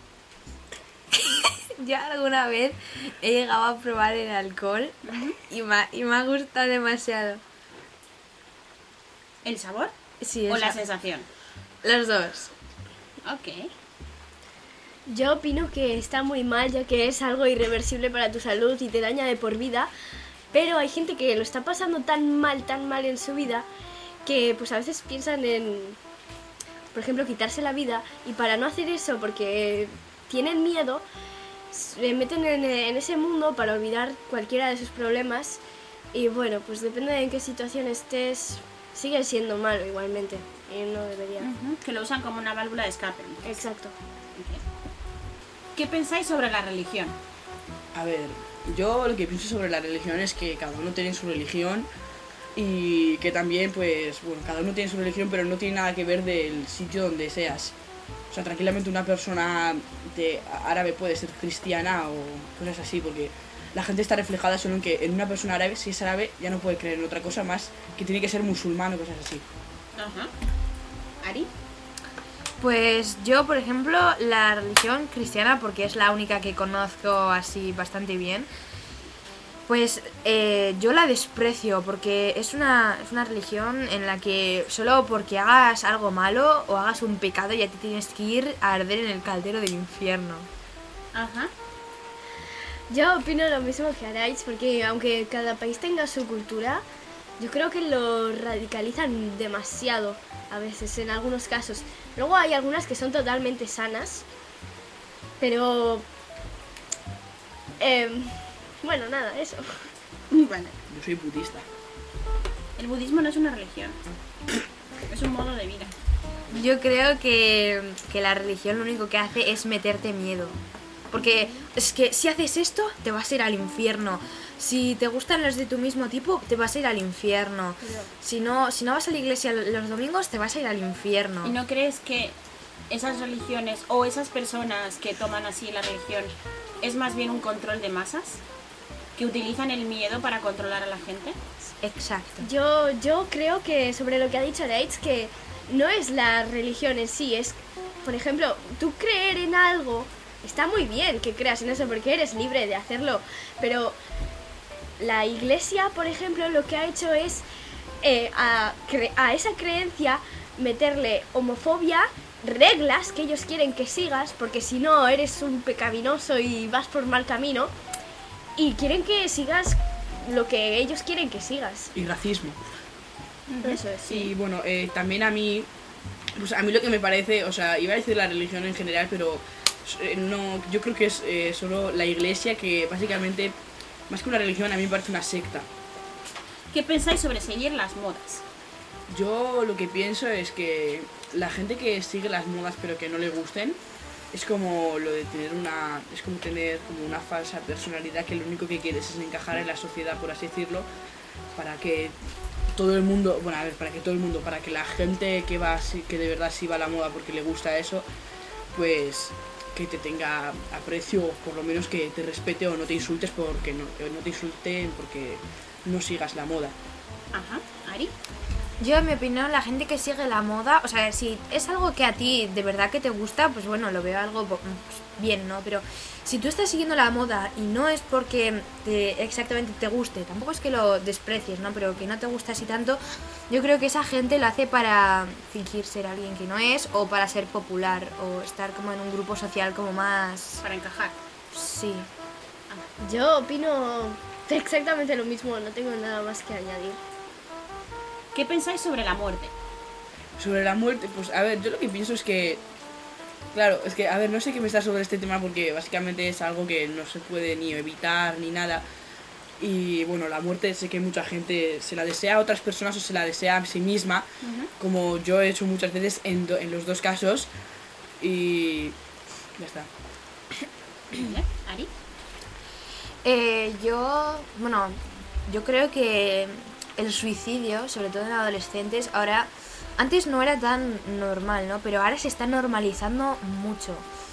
Yo alguna vez he llegado a probar el alcohol y me, ha- y me ha gustado demasiado. ¿El sabor? Sí, ¿O esa- la sensación? los dos. Ok. Yo opino que está muy mal ya que es algo irreversible para tu salud y te daña de por vida, pero hay gente que lo está pasando tan mal, tan mal en su vida que pues a veces piensan en, por ejemplo, quitarse la vida y para no hacer eso porque tienen miedo, se meten en, en ese mundo para olvidar cualquiera de sus problemas y bueno, pues depende de en qué situación estés, sigue siendo malo igualmente y no debería. Ujú. Que lo usan como una válvula de escape. Exacto. Ok. ¿Qué pensáis sobre la religión? A ver, yo lo que pienso sobre la religión es que cada uno tiene su religión y que también, pues, bueno, cada uno tiene su religión, pero no tiene nada que ver del sitio donde seas. O sea, tranquilamente una persona de árabe puede ser cristiana o cosas así, porque la gente está reflejada solo en que en una persona árabe, si es árabe, ya no puede creer en otra cosa más, que tiene que ser musulmán o cosas así. Ajá. ¿Ari? Pues yo, por ejemplo, la religión cristiana, porque es la única que conozco así bastante bien, pues eh, yo la desprecio porque es una, es una religión en la que solo porque hagas algo malo o hagas un pecado ya te tienes que ir a arder en el caldero del infierno. Ajá. Yo opino lo mismo que Araiz, porque aunque cada país tenga su cultura, yo creo que lo radicalizan demasiado a veces, en algunos casos. Luego hay algunas que son totalmente sanas, pero... Eh, bueno, nada, eso. Bueno, Yo soy budista. el budismo no es una religión, es un modo de vida. Yo creo que, que la religión lo único que hace es meterte miedo. Porque es que si haces esto, te vas a ir al infierno. Si te gustan los de tu mismo tipo, te vas a ir al infierno. Pero- Si no, si no vas a la iglesia los domingos, te vas a ir al infierno. ¿Y no crees que esas religiones o esas personas que toman así la religión es más bien un control de masas? ¿Que utilizan el miedo para controlar a la gente? Exacto. Yo, yo creo que sobre lo que ha dicho Araiz, que no es la religión en sí, es, por ejemplo, tú creer en algo, está muy bien que creas en eso porque eres libre de hacerlo, pero la iglesia, por ejemplo, lo que ha hecho es eh, a, cre- a esa creencia meterle homofobia, reglas que ellos quieren que sigas, porque si no eres un pecaminoso y vas por mal camino, y quieren que sigas lo que ellos quieren que sigas. Y racismo. Eso es, Y sí. bueno, eh, también a mí, pues a mí lo que me parece, o sea, iba a decir la religión en general, pero eh, no, yo creo que es eh, solo la iglesia, que básicamente, más que una religión, a mí me parece una secta. ¿Qué pensáis sobre seguir las modas? Yo lo que pienso es que la gente que sigue las modas pero que no le gusten, es como lo de tener una, es como tener como una falsa personalidad que lo único que quieres es encajar en la sociedad, por así decirlo, para que todo el mundo, bueno, a ver, para que todo el mundo, para que la gente que va, así- que de verdad sí va a la moda porque le gusta eso, pues que te tenga aprecio, o por lo menos que te respete o no te insultes porque no, o no te insulten porque no sigas la moda. Ajá. ¿Ari? Yo, en mi opinión, la gente que sigue la moda, o sea, si es algo que a ti de verdad que te gusta, pues bueno, lo veo algo pues, bien, ¿no? Pero si tú estás siguiendo la moda y no es porque te, exactamente te guste, tampoco es que lo desprecies, ¿no? Pero que no te gusta así tanto, yo creo que esa gente lo hace para fingir ser alguien que no es o para ser popular o estar como en un grupo social como más... Para encajar. Sí. Yo opino exactamente lo mismo, no tengo nada más que añadir. ¿Qué pensáis sobre la muerte? Sobre la muerte, pues a ver, yo lo que pienso es que, claro, es que, a ver, no sé qué pensar sobre este tema porque básicamente es algo que no se puede ni evitar ni nada. Y bueno, la muerte sé que mucha gente se la desea a otras personas o se la desea a sí misma, como yo he hecho muchas veces en, do- en los dos casos. Y ya está. ¿Vale? ¿Ari? Eh, yo, bueno, yo creo que el suicidio, sobre todo en adolescentes, ahora, antes no era tan normal, ¿no? Pero ahora se está normalizando mucho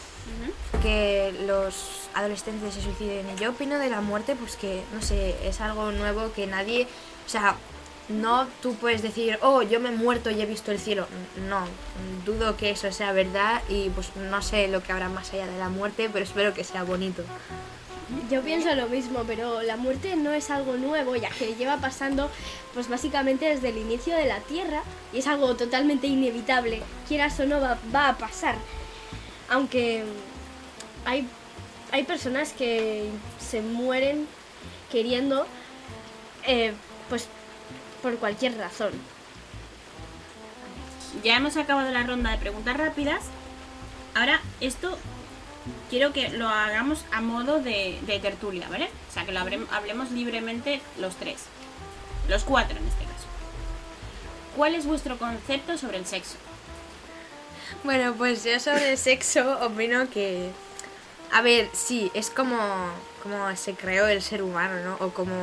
que los adolescentes se suiciden. Y yo opino de la muerte, pues que, no sé, es algo nuevo que nadie, o sea, no tú puedes decir, oh, yo me he muerto y he visto el cielo. No, dudo que eso sea verdad y pues no sé lo que habrá más allá de la muerte, pero espero que sea bonito. Yo pienso lo mismo, pero la muerte no es algo nuevo, ya que lleva pasando pues básicamente desde el inicio de la Tierra y es algo totalmente inevitable, quieras o no va, va a pasar. Aunque hay, hay personas que se mueren queriendo, eh, pues por cualquier razón. Ya hemos acabado la ronda de preguntas rápidas. Ahora esto quiero que lo hagamos a modo de, de tertulia, ¿vale? O sea, que lo habrem- hablemos libremente los tres. Los cuatro en este caso. ¿Cuál es vuestro concepto sobre el sexo? Bueno, pues yo sobre el sexo opino que A ver, sí, es como, como se creó el ser humano, ¿no? O como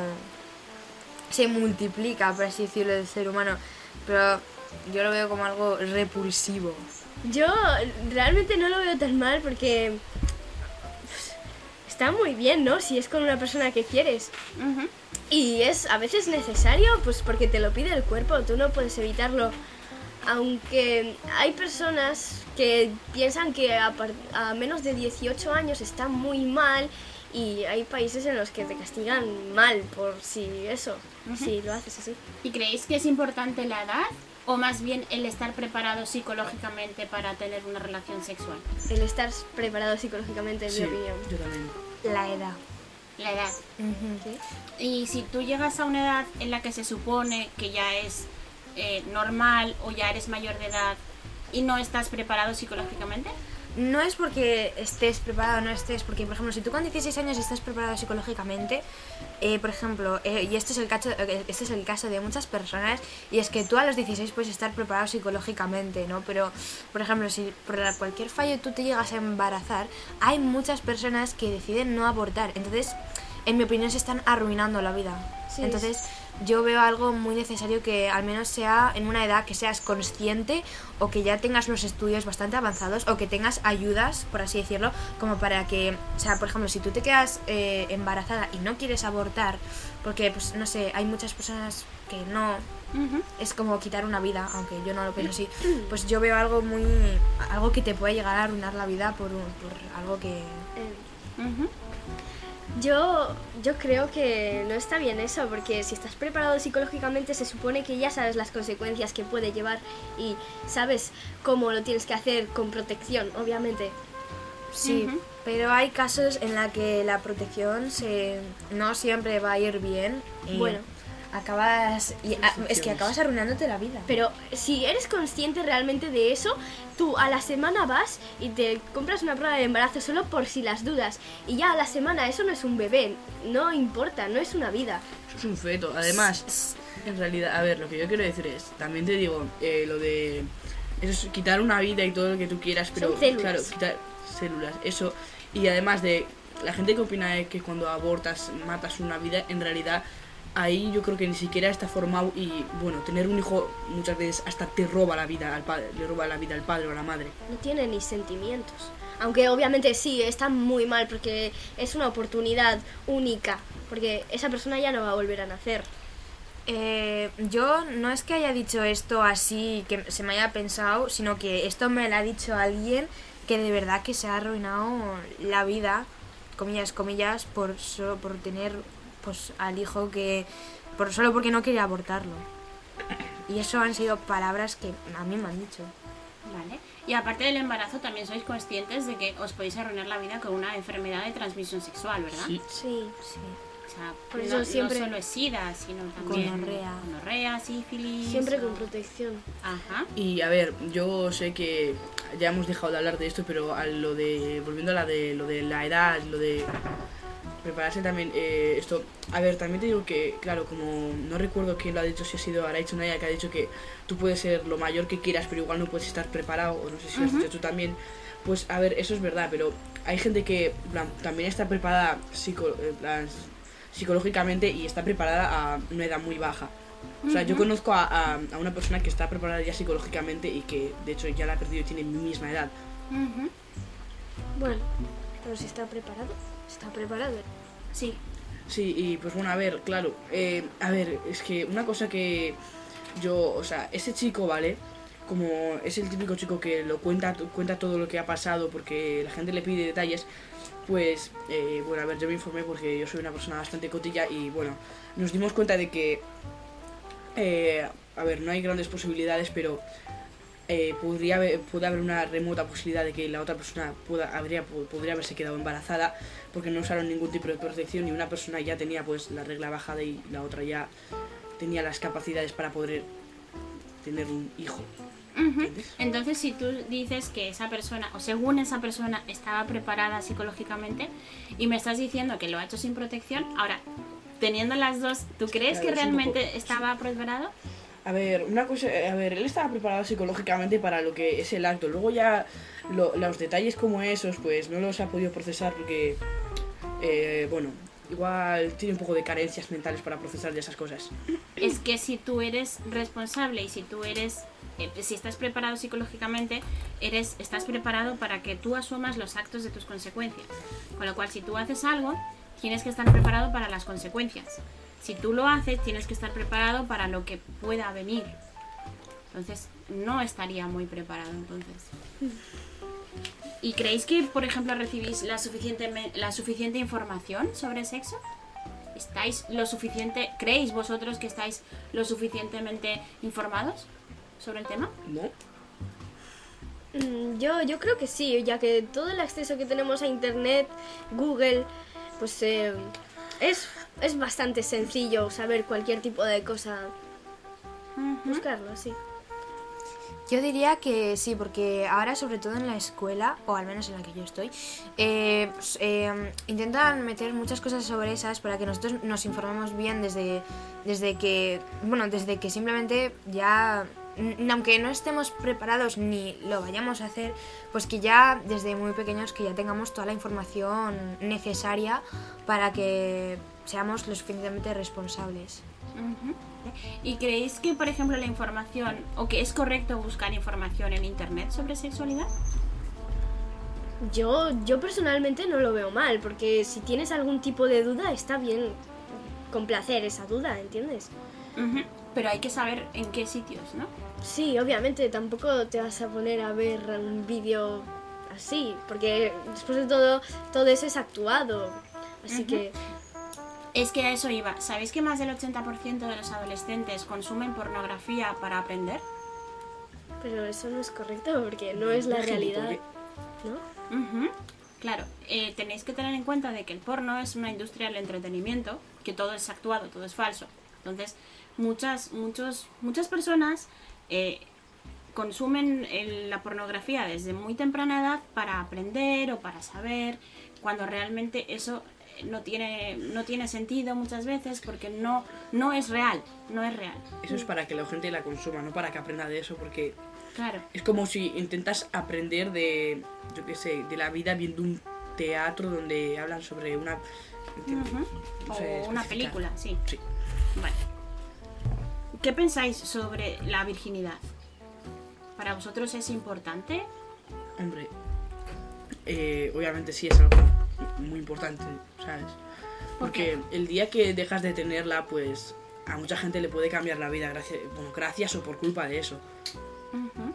se multiplica, por así decirlo, el ser humano. Pero yo lo veo como algo repulsivo. Yo realmente no lo veo tan mal porque pues, está muy bien, ¿no? Si es con una persona que quieres. Ujú. Y es a veces necesario, pues porque te lo pide el cuerpo, tú no puedes evitarlo. Aunque hay personas que piensan que a, par- a menos de dieciocho años está muy mal y hay países en los que te castigan mal por si eso, Ujú. si lo haces así. ¿Y creéis que es importante la edad o más bien el estar preparado psicológicamente para tener una relación sexual? El estar preparado psicológicamente, en Sí, mi opinión. yo también. La edad. La edad. Ujú. Y si tú llegas a una edad en la que se supone que ya es eh, normal o ya eres mayor de edad y no estás preparado psicológicamente, No es porque estés preparado o no estés, porque por ejemplo, si tú con dieciséis años estás preparado psicológicamente, eh, por ejemplo, eh, y este es, el caso, eh, este es el caso de muchas personas, y es que tú a los dieciséis puedes estar preparado psicológicamente, ¿no? Pero, por ejemplo, si por la- cualquier fallo tú te llegas a embarazar, hay muchas personas que deciden no abortar, entonces, en mi opinión, se están arruinando la vida. Sí, Entonces, yo veo algo muy necesario que al menos sea en una edad que seas consciente o que ya tengas los estudios bastante avanzados o que tengas ayudas, por así decirlo, como para que, o sea, por ejemplo, si tú te quedas eh, embarazada y no quieres abortar, porque, pues, no sé, hay muchas personas que no, ujú, es como quitar una vida, aunque yo no lo pienso así, pues yo veo algo muy, algo que te puede llegar a arruinar la vida por, un- por algo que... Eh, ujú. Yo, yo creo que no está bien eso, porque si estás preparado psicológicamente se supone que ya sabes las consecuencias que puede llevar y sabes cómo lo tienes que hacer con protección, obviamente. Sí, Ujú. pero hay casos en la que la protección se no siempre va a ir bien y Bueno. acabas y, a- es que Excepciones. acabas arruinándote la vida. Pero si eres consciente realmente de eso, tú a la semana vas y te compras una prueba de embarazo solo por si las dudas. Y ya a la semana eso no es un bebé, no importa, no es una vida. Eso es un feto. Además, en realidad, a ver, lo que yo quiero decir es, también te digo, eh, lo de eso es quitar una vida y todo lo que tú quieras, pero Son células. claro, quitar células, eso. Y además de la gente que opina de que cuando abortas matas una vida, en realidad ahí yo creo que ni siquiera está formado y bueno, tener un hijo muchas veces hasta te roba la vida al padre, le roba la vida al padre o a la madre. No tiene ni sentimientos. Aunque obviamente sí, está muy mal porque es una oportunidad única, porque esa persona ya no va a volver a nacer. Eh, yo no es que haya dicho esto así, que se me haya pensado, sino que esto me lo ha dicho alguien que de verdad que se ha arruinado la vida, comillas, comillas, por solo por tener pues al hijo que por solo porque no quería abortarlo. Y eso han sido palabras que a mí me han dicho. Vale. Y aparte del embarazo, también sois conscientes de que os podéis arruinar la vida con una enfermedad de transmisión sexual, ¿verdad? Sí. Sí. Sí. O sea, Por no, eso no siempre- solo es SIDA, sino también Gonorrea. gonorrea, sífilis. Siempre o- con protección. Ajá. Y a ver, yo sé que ya hemos dejado de hablar de esto, pero a lo de volviendo a la de lo de la edad, lo de prepararse también eh, esto, a ver, también te digo que claro, como no recuerdo quién lo ha dicho, si ha sido Araiz Naya que ha dicho que tú puedes ser lo mayor que quieras, pero igual no puedes estar preparado, o no sé si lo has Ujú. dicho tú también. Pues a ver, eso es verdad, pero hay gente que en plan, también está preparada psico- en plan, psicológicamente y está preparada a una edad muy baja. O sea, yo Ujú. conozco a, a- a una persona que está preparada ya psicológicamente y que de hecho ya la ha perdido y tiene mi misma edad. Ujú. Bueno, pero si está preparado, está preparado. Sí. Sí, y pues bueno, a ver, claro, eh, a ver, es que una cosa que yo, o sea, ese chico, ¿vale? Como es el típico chico que lo cuenta, cuenta todo lo que ha pasado porque la gente le pide detalles, pues, eh, bueno, a ver, yo me informé porque yo soy una persona bastante cotilla y bueno, nos dimos cuenta de que, eh, a ver, no hay grandes posibilidades, pero eh, podría haber, puede haber una remota posibilidad de que la otra persona pueda, habría, podría haberse quedado embarazada porque no usaron ningún tipo de protección y una persona ya tenía pues la regla bajada y la otra ya tenía las capacidades para poder tener un hijo. Ujú. ¿Entiendes? Entonces, si tú dices que esa persona, o según esa persona, estaba preparada psicológicamente y me estás diciendo que lo ha hecho sin protección, ahora, teniendo las dos, ¿tú crees Claro, que es un realmente poco- estaba preparado? A ver, una cosa, a ver, él estaba preparado psicológicamente para lo que es el acto. Luego ya lo, los detalles como esos, pues no los ha podido procesar porque, eh, bueno, igual tiene un poco de carencias mentales para procesar de esas cosas. Es que si tú eres responsable y si tú eres, eh, si estás preparado psicológicamente, eres, estás preparado para que tú asumas los actos de tus consecuencias. Con lo cual, si tú haces algo, tienes que estar preparado para las consecuencias. Si tú lo haces, tienes que estar preparado para lo que pueda venir. Entonces, no estaría muy preparado, entonces. ¿Y creéis que, por ejemplo, recibís la suficiente, la suficiente información sobre sexo? ¿Estáis lo suficiente, creéis vosotros que estáis lo suficientemente informados sobre el tema? ¿No? Mm, Yo, yo creo que sí, ya que todo el acceso que tenemos a internet, Google, pues eh, es, es bastante sencillo saber cualquier tipo de cosa. Ujú. Buscarlo, sí. Yo diría que sí, porque ahora, sobre todo en la escuela, o al menos en la que yo estoy, eh, pues, eh, intentan meter muchas cosas sobre esas para que nosotros nos informemos bien desde, desde que, bueno, desde que simplemente ya, n- aunque no estemos preparados ni lo vayamos a hacer, pues que ya desde muy pequeños que ya tengamos toda la información necesaria para que seamos lo suficientemente responsables. Ujú. ¿Y creéis que, por ejemplo, la información, o que es correcto buscar información en internet sobre sexualidad? Yo, yo personalmente no lo veo mal, porque si tienes algún tipo de duda, está bien complacer esa duda, ¿entiendes? Ujú. Pero hay que saber en qué sitios, ¿no? Sí, obviamente, tampoco te vas a poner a ver un vídeo así, porque después de todo, todo eso es actuado. Así Ujú. que, Es que a eso iba. ¿Sabéis que más del ochenta por ciento de los adolescentes consumen pornografía para aprender? pero eso no es correcto, porque no es la Por ejemplo, realidad, porque- ¿no? Ujú. Claro, eh, tenéis que tener en cuenta de que el porno es una industria del entretenimiento, que todo es actuado, todo es falso. Entonces, muchas, muchos, muchas personas eh, consumen el- la pornografía desde muy temprana edad para aprender o para saber, cuando realmente eso no tiene, no tiene sentido muchas veces porque no, no es real, no es real. Eso es para que la gente la consuma, no para que aprenda de eso, porque Claro. es como si intentas aprender de, yo qué sé, de la vida viendo un teatro donde hablan sobre una... Ujú. no sé O una especificar. película, sí. Sí. Vale. ¿Qué pensáis sobre la virginidad? ¿Para vosotros es importante? Hombre, eh, obviamente sí es algo muy importante, ¿sabes? Porque el día que dejas de tenerla, pues a mucha gente le puede cambiar la vida gracias, bueno, gracias o por culpa de eso. Ujú.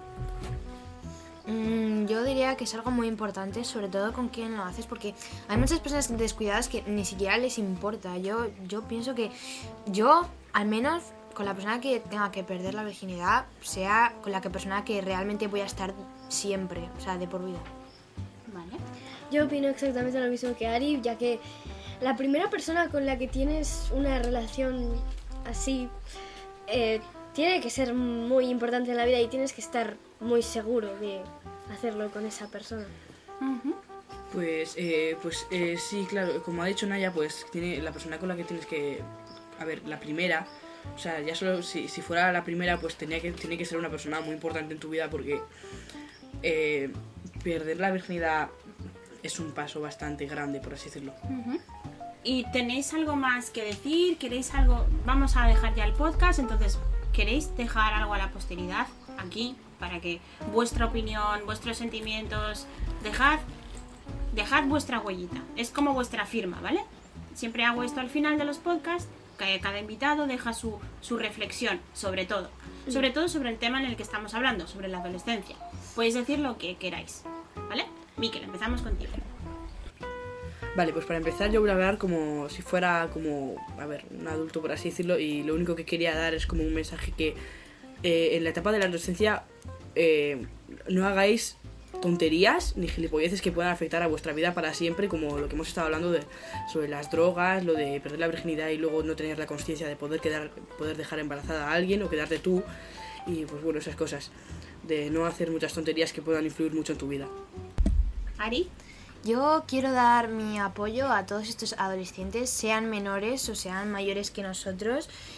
Mm, yo diría que es algo muy importante, sobre todo con quién lo haces, porque hay muchas personas descuidadas que ni siquiera les importa. Yo, yo pienso que yo, al menos con la persona que tenga que perder la virginidad, sea con la que persona que realmente voy a estar siempre, o sea, de por vida. Vale. Yo opino exactamente lo mismo que Ari, ya que la primera persona con la que tienes una relación así eh, tiene que ser muy importante en la vida y tienes que estar muy seguro de hacerlo con esa persona. Ujú. Pues, eh, pues eh, sí, claro, como ha dicho Naya, pues tiene la persona con la que tienes que... A ver, la primera, o sea, ya solo si, si fuera la primera, pues tenía que, tiene que ser una persona muy importante en tu vida porque eh, perder la virginidad es un paso bastante grande, por así decirlo. Ujú. ¿Y tenéis algo más que decir? ¿Queréis algo? Vamos a dejar ya el podcast, entonces, ¿queréis dejar algo a la posteridad aquí para que vuestra opinión, vuestros sentimientos, dejad, dejad vuestra huellita? Es como vuestra firma, ¿vale? Siempre hago esto al final de los podcasts, que cada invitado deja su, su reflexión sobre todo, sobre todo sobre el tema en el que estamos hablando, sobre la adolescencia. Podéis decir lo que queráis, ¿vale? Miquel, empezamos contigo. Vale, pues para empezar yo voy a hablar como si fuera como, a ver, un adulto por así decirlo, y lo único que quería dar es como un mensaje que eh, en la etapa de la adolescencia eh, no hagáis tonterías ni gilipolleces que puedan afectar a vuestra vida para siempre, como lo que hemos estado hablando de sobre las drogas, lo de perder la virginidad y luego no tener la conciencia de poder quedar, poder dejar embarazada a alguien o quedarte tú, y pues bueno, esas cosas, de no hacer muchas tonterías que puedan influir mucho en tu vida. Ari. Yo quiero dar mi apoyo a todos estos adolescentes, sean menores o sean mayores que nosotros,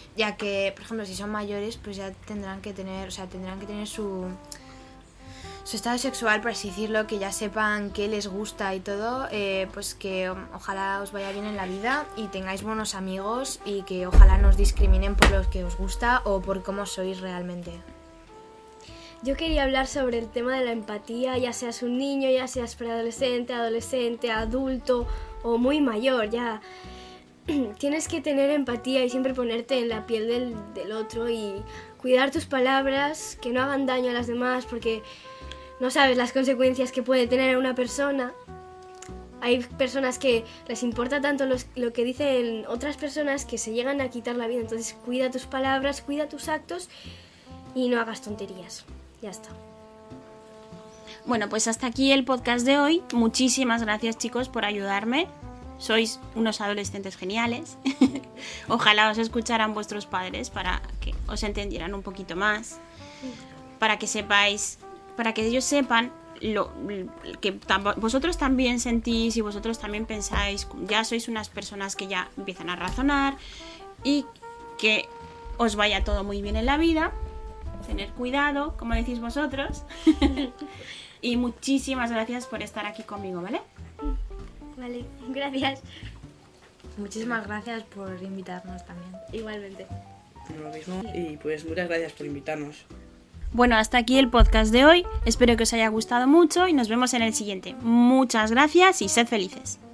ya que, por ejemplo, si son mayores, pues ya tendrán que tener, o sea, tendrán que tener su su estado sexual, por así decirlo, que ya sepan qué les gusta y todo, eh, pues que ojalá os vaya bien en la vida y tengáis buenos amigos y que ojalá no os discriminen por lo que os gusta o por cómo sois realmente. Yo quería hablar sobre el tema de la empatía, ya seas un niño, ya seas preadolescente, adolescente, adulto o muy mayor, ya tienes que tener empatía y siempre ponerte en la piel del, del otro y cuidar tus palabras, que no hagan daño a las demás, porque no sabes las consecuencias que puede tener una persona. Hay personas que les importa tanto los, lo que dicen otras personas que se llegan a quitar la vida. Entonces cuida tus palabras, cuida tus actos y no hagas tonterías. Ya está. Bueno, pues hasta aquí el podcast de hoy. Muchísimas gracias, chicos, por ayudarme. Sois unos adolescentes geniales. Ojalá os escucharan vuestros padres para que os entendieran un poquito más, para que sepáis, para que ellos sepan lo que tam- vosotros también sentís y vosotros también pensáis. Ya sois unas personas que ya empiezan a razonar y que os vaya todo muy bien en la vida. Tener cuidado, como decís vosotros. Y muchísimas gracias por estar aquí conmigo, ¿vale? Vale, gracias. Muchísimas gracias por invitarnos también. Igualmente. Lo mismo. Y pues muchas gracias por invitarnos. Bueno, hasta aquí el podcast de hoy. Espero que os haya gustado mucho y nos vemos en el siguiente. Muchas gracias y sed felices.